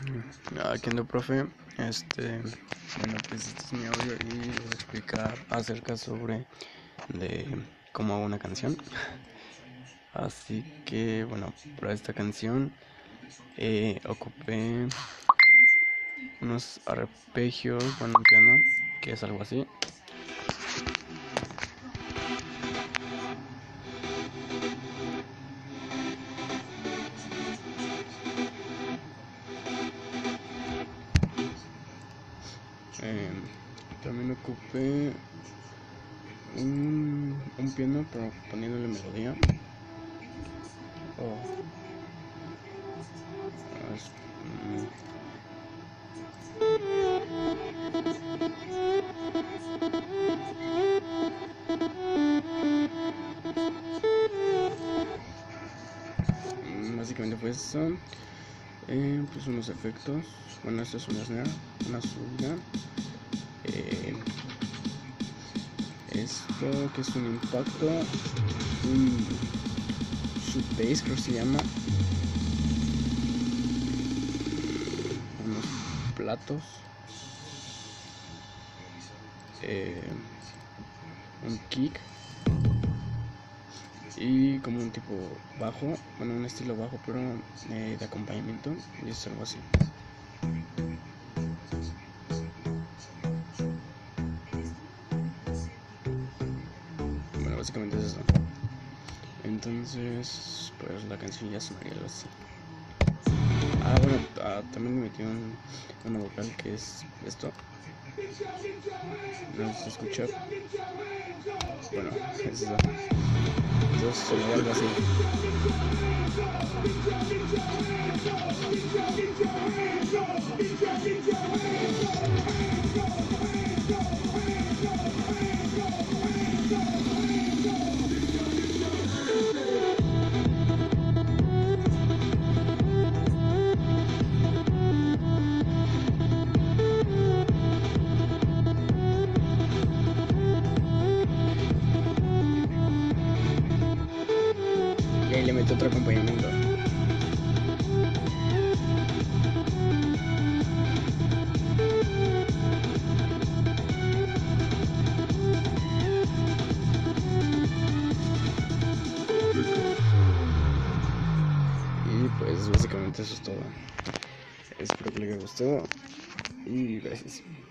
Aquí ando, profe. Bueno, pues este es mi audio y les voy a explicar acerca de cómo hago una canción. Así que, bueno, para esta canción ocupé unos arpegios, bueno, un piano, que es algo así. También ocupé un piano, pero poniéndole melodía. Básicamente fue eso. Pues unos efectos. Bueno, esto es una snare, una subida. Esto que es un impacto, un sub bass creo que se llama, unos platos, un kick y como un tipo bajo, bueno, un estilo bajo pero de acompañamiento, y es algo así. Bueno, básicamente es eso. Entonces, pues la canción ya sonaría algo así. Bueno, también me metí una vocal que es esto. No se escucha. Bueno, es eso. Entonces sonaría algo así. Y ahí le meto otro acompañamiento. Y pues básicamente eso es todo. Espero que les haya gustado y gracias.